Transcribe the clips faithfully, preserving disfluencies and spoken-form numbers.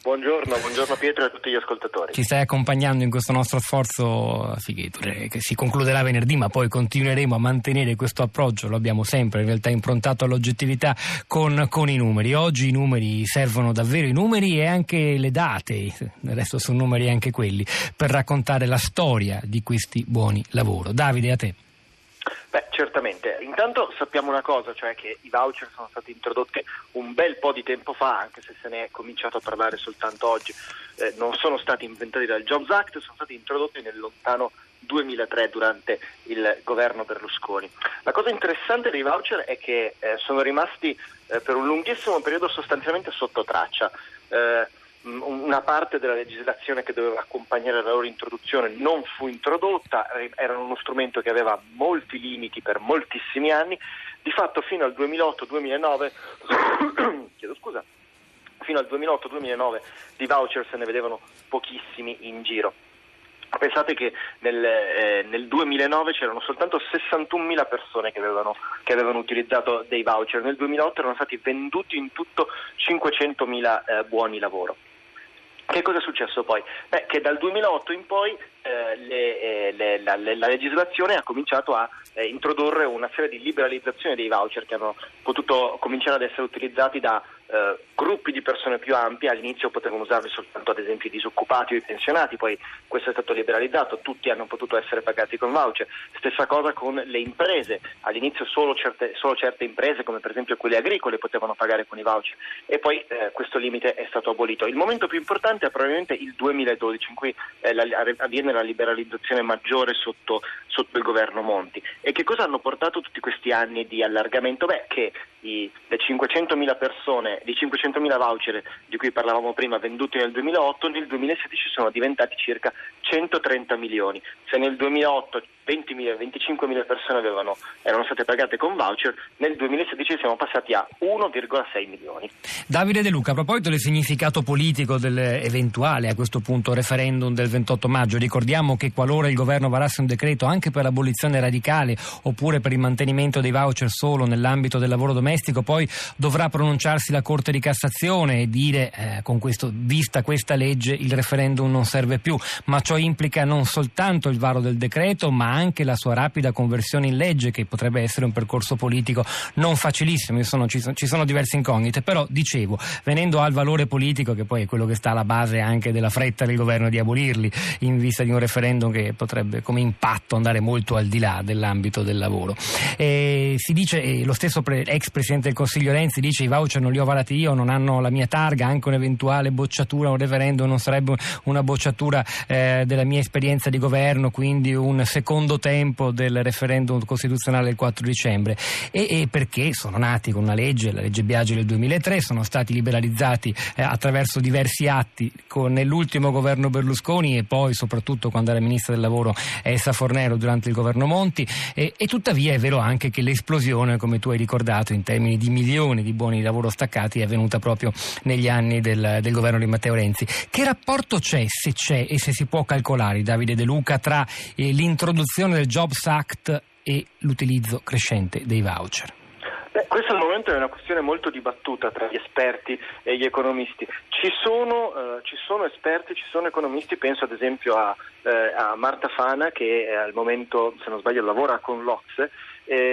Buongiorno, buongiorno Pietro e a tutti gli ascoltatori. Ci stai accompagnando in questo nostro sforzo che si concluderà venerdì, ma poi continueremo a mantenere questo approccio, lo abbiamo sempre in realtà improntato all'oggettività con, con i numeri. Oggi i numeri servono davvero, i numeri e anche le date, del resto sono numeri anche quelli, per raccontare la storia di questi buoni lavori. Davide, a te. Beh, certamente. Intanto sappiamo una cosa, cioè che i voucher sono stati introdotti un bel po' di tempo fa, anche se se ne è cominciato a parlare soltanto oggi. Eh, non sono stati inventati dal Jobs Act, sono stati introdotti nel lontano duemilatré durante il governo Berlusconi. La cosa interessante dei voucher è che eh, sono rimasti eh, per un lunghissimo periodo sostanzialmente sotto traccia. Eh, Una parte della legislazione che doveva accompagnare la loro introduzione non fu introdotta, erano uno strumento che aveva molti limiti per moltissimi anni. Di fatto fino al duemilaotto duemilanove chiedo scusa, fino al duemilaotto duemilanove di voucher se ne vedevano pochissimi in giro. Pensate che nel, eh, nel duemilanove c'erano soltanto sessantunomila persone che avevano, che avevano utilizzato dei voucher, nel duemilaotto erano stati venduti in tutto cinquecentomila eh, buoni lavoro. Che cosa è successo poi? Beh, che dal duemilaotto in poi eh, le, eh, le, la, le, la legislazione ha cominciato a eh, introdurre una serie di liberalizzazioni dei voucher che hanno potuto cominciare ad essere utilizzati da eh, gruppi di persone più ampie. All'inizio potevano usarli soltanto ad esempio i disoccupati o i pensionati, poi questo è stato liberalizzato, tutti hanno potuto essere pagati con voucher. Stessa cosa con le imprese, all'inizio solo certe, solo certe imprese come per esempio quelle agricole potevano pagare con i voucher e poi eh, questo limite è stato abolito. Il momento più importante è probabilmente il duemiladodici in cui eh, la, avviene la liberalizzazione maggiore sotto, sotto il governo Monti. E che cosa hanno portato tutti questi anni di allargamento? Beh, che i, le cinquecentomila persone, di cinquecentomila voucher di cui parlavamo prima venduti nel duemilaotto, nel duemilasedici sono diventati circa centotrenta milioni. Se nel duemilaotto ventimila, venticinquemila persone avevano, erano state pagate con voucher, nel duemilasedici siamo passati a uno virgola sei milioni. Davide De Luca, a proposito del significato politico dell'eventuale a questo punto referendum del ventotto maggio, ricordiamo che qualora il governo varasse un decreto anche per l'abolizione radicale oppure per il mantenimento dei voucher solo nell'ambito del lavoro domestico, poi dovrà pronunciarsi la Corte di Cassazione e dire eh, con questo, vista questa legge il referendum non serve più, ma ciò implica non soltanto il varo del decreto ma anche la sua rapida conversione in legge, che potrebbe essere un percorso politico non facilissimo. Sono, ci, sono, ci sono diverse incognite, però dicevo, venendo al valore politico che poi è quello che sta alla base anche della fretta del governo di abolirli in vista di un referendum che potrebbe come impatto andare molto al di là dell'ambito del lavoro. E si dice, e lo stesso pre, ex Presidente del Consiglio Renzi dice: i voucher non li ho varati io, non hanno la mia targa, anche un'eventuale bocciatura, un referendum non sarebbe una bocciatura eh, della mia esperienza di governo, quindi un secondo tempo del referendum costituzionale del quattro dicembre. E, e perché sono nati con una legge, la legge Biagi del duemilatré, sono stati liberalizzati eh, attraverso diversi atti con, nell'ultimo governo Berlusconi e poi soprattutto quando era ministra del lavoro Elsa Fornero durante il governo Monti, e, e tuttavia è vero anche che l'esplosione, come tu hai ricordato, in termini di milioni di buoni di lavoro staccati è avvenuta proprio negli anni del, del governo di Matteo Renzi. Che rapporto c'è, se c'è e se si può calcolare, Davide De Luca, tra eh, l'introduzione del Jobs Act e l'utilizzo crescente dei voucher? Beh, questo al momento è una questione molto dibattuta tra gli esperti e gli economisti. Ci sono, eh, ci sono esperti, ci sono economisti, penso ad esempio a, eh, a Marta Fana che eh, al momento, se non sbaglio, lavora con l'O C S E,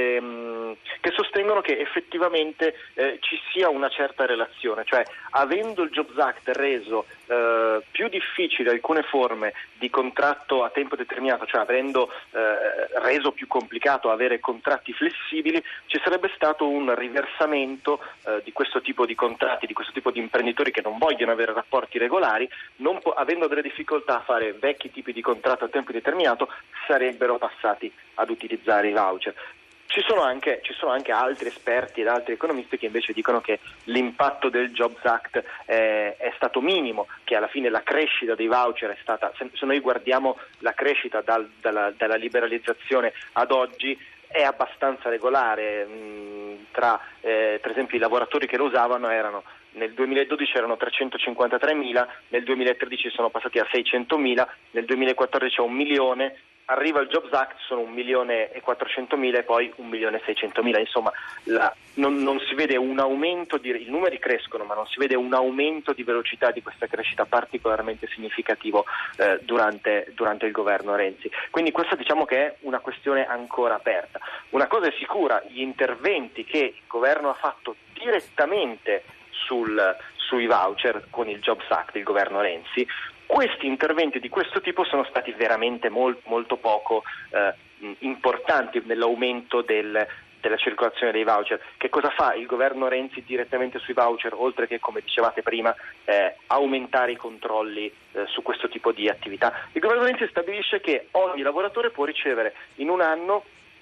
ehm, che sostengono che effettivamente eh, ci sia una certa relazione, cioè avendo il Jobs Act reso eh, più difficili alcune forme di contratto a tempo determinato, cioè avendo eh, reso più complicato avere contratti flessibili, ci sarebbe stato un riversamento eh, di questo tipo di contratti, di questo tipo di imprenditori che non vogliono avere rapporti regolari, non po- avendo delle difficoltà a fare vecchi tipi di contratto a tempo determinato, sarebbero passati ad utilizzare i voucher. Ci sono anche, ci sono anche altri esperti ed altri economisti che invece dicono che l'impatto del Jobs Act è, è stato minimo, che alla fine la crescita dei voucher è stata, se, se noi guardiamo la crescita dal, dalla, dalla liberalizzazione ad oggi, è abbastanza regolare. Mh, tra eh, per esempio i lavoratori che lo usavano erano nel duemiladodici erano trecentocinquantatremila, nel duemilatredici sono passati a seicentomila, nel duemilaquattordici a un milione, arriva il Jobs Act, sono un milione e quattrocentomila e poi un milione e seicentomila, insomma la, non, non si vede un aumento, di, i numeri crescono ma non si vede un aumento di velocità di questa crescita particolarmente significativo eh, durante, durante il governo Renzi. Quindi questa diciamo che è una questione ancora aperta. Una cosa è sicura, gli interventi che il governo ha fatto direttamente sul, sui voucher con il Jobs Act, il governo Renzi, questi interventi di questo tipo sono stati veramente molt, molto poco eh, importanti nell'aumento del, della circolazione dei voucher. Che cosa fa il governo Renzi direttamente sui voucher, oltre che, come dicevate prima, eh, aumentare i controlli eh, su questo tipo di attività? Il governo Renzi stabilisce che ogni lavoratore può ricevere in un anno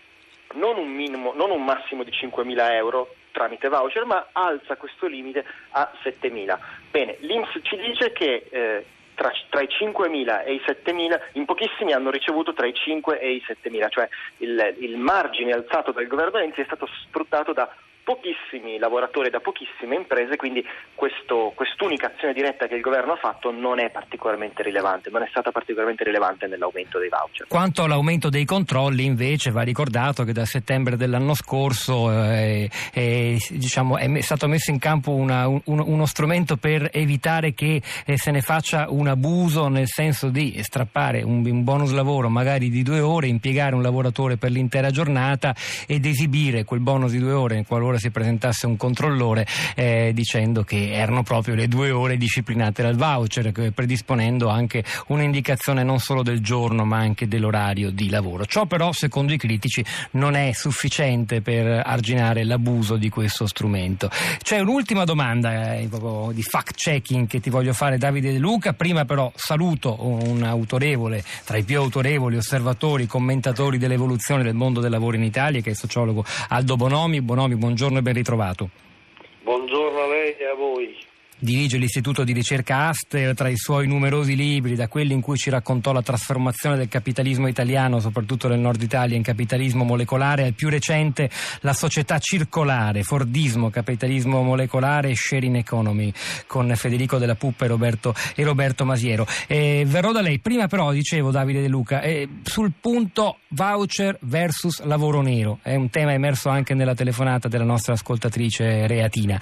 non un minimo, non un massimo di cinquemila euro tramite voucher, ma alza questo limite a settemila. Bene, l'I N P S ci dice che eh, Tra, tra i cinquemila e i settemila, in pochissimi hanno ricevuto tra i cinque e i settemila, cioè il, il margine alzato dal governo Renzi è stato sfruttato da pochissimi lavoratori, da pochissime imprese, quindi questo, quest'unica azione diretta che il governo ha fatto non è particolarmente rilevante, non è stata particolarmente rilevante nell'aumento dei voucher. Quanto all'aumento dei controlli, invece, va ricordato che da settembre dell'anno scorso eh, eh, diciamo, è stato messo in campo una, un, uno strumento per evitare che eh, se ne faccia un abuso, nel senso di strappare un, un bonus lavoro magari di due ore, impiegare un lavoratore per l'intera giornata ed esibire quel bonus di due ore qualora si presentasse un controllore eh, dicendo che erano proprio le due ore disciplinate dal voucher, predisponendo anche un'indicazione non solo del giorno ma anche dell'orario di lavoro. Ciò però, secondo i critici, non è sufficiente per arginare l'abuso di questo strumento. C'è un'ultima domanda eh, di fact checking che ti voglio fare, Davide De Luca. Prima però saluto un autorevole, tra i più autorevoli osservatori, commentatori dell'evoluzione del mondo del lavoro in Italia, che è il sociologo Aldo Bonomi. Bonomi, buongiorno e ben ritrovato. Buongiorno a lei e a voi. Dirige l'Istituto di Ricerca Aster. Tra i suoi numerosi libri, da quelli in cui ci raccontò la trasformazione del capitalismo italiano, soprattutto nel nord Italia, in capitalismo molecolare, al più recente La società circolare, Fordismo, capitalismo molecolare e sharing economy, con Federico Della Puppa e Roberto, e Roberto Masiero. E verrò da lei. Prima però, dicevo, Davide De Luca, eh, sul punto voucher versus lavoro nero, è un tema emerso anche nella telefonata della nostra ascoltatrice Reatina.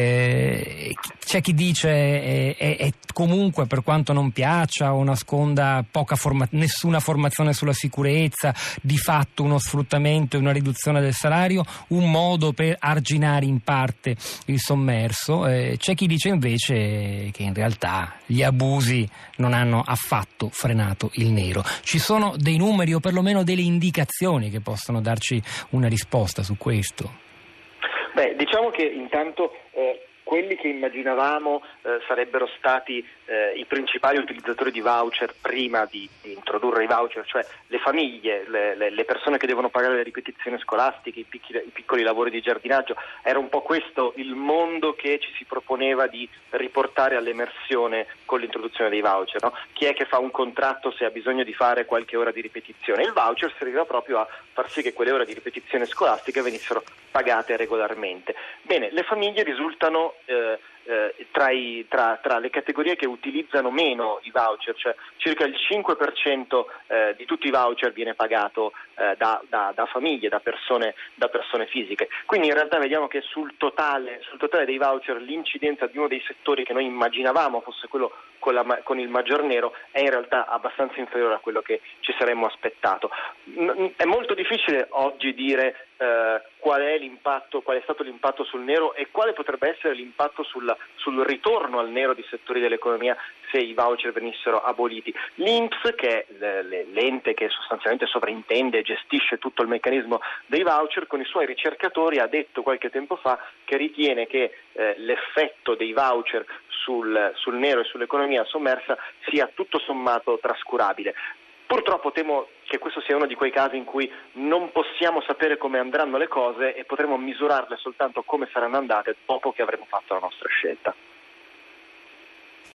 Eh, c'è chi dice è, è, è comunque, per quanto non piaccia o nasconda poca forma, nessuna formazione sulla sicurezza, di fatto uno sfruttamento e una riduzione del salario, un modo per arginare in parte il sommerso. Eh, c'è chi dice invece che in realtà gli abusi non hanno affatto frenato il nero. Ci sono dei numeri o perlomeno delle indicazioni che possono darci una risposta su questo? Beh, diciamo che intanto eh, quelli che immaginavamo eh, sarebbero stati eh, i principali utilizzatori di voucher prima di, di introdurre i voucher, cioè le famiglie, le, le, le persone che devono pagare le ripetizioni scolastiche, i piccoli, i piccoli lavori di giardinaggio, era un po' questo il mondo che ci si proponeva di riportare all'emersione con l'introduzione dei voucher, no? Chi è che fa un contratto se ha bisogno di fare qualche ora di ripetizione? Il voucher serviva proprio a far sì che quelle ore di ripetizione scolastica venissero pagate regolarmente. Bene, le famiglie risultano eh, eh, tra, i, tra, tra le categorie che utilizzano meno i voucher, cioè circa il cinque per cento eh, di tutti i voucher viene pagato eh, da, da, da famiglie, da persone, da persone fisiche. Quindi in realtà vediamo che sul totale, sul totale dei voucher l'incidenza di uno dei settori che noi immaginavamo fosse quello con, la, con il maggior nero è in realtà abbastanza inferiore a quello che ci saremmo aspettato. È molto difficile oggi dire eh, qual è l'impatto, qual è stato l'impatto sul nero e quale potrebbe essere l'impatto sul, sul ritorno al nero di settori dell'economia se i voucher venissero aboliti. L'I N P S, che è l'ente che sostanzialmente sovrintende e gestisce tutto il meccanismo dei voucher, con i suoi ricercatori ha detto qualche tempo fa che ritiene che eh, l'effetto dei voucher sul, sul nero e sull'economia sommersa sia tutto sommato trascurabile. Purtroppo temo che questo sia uno di quei casi in cui non possiamo sapere come andranno le cose e potremo misurarle soltanto come saranno andate dopo che avremo fatto la nostra scelta.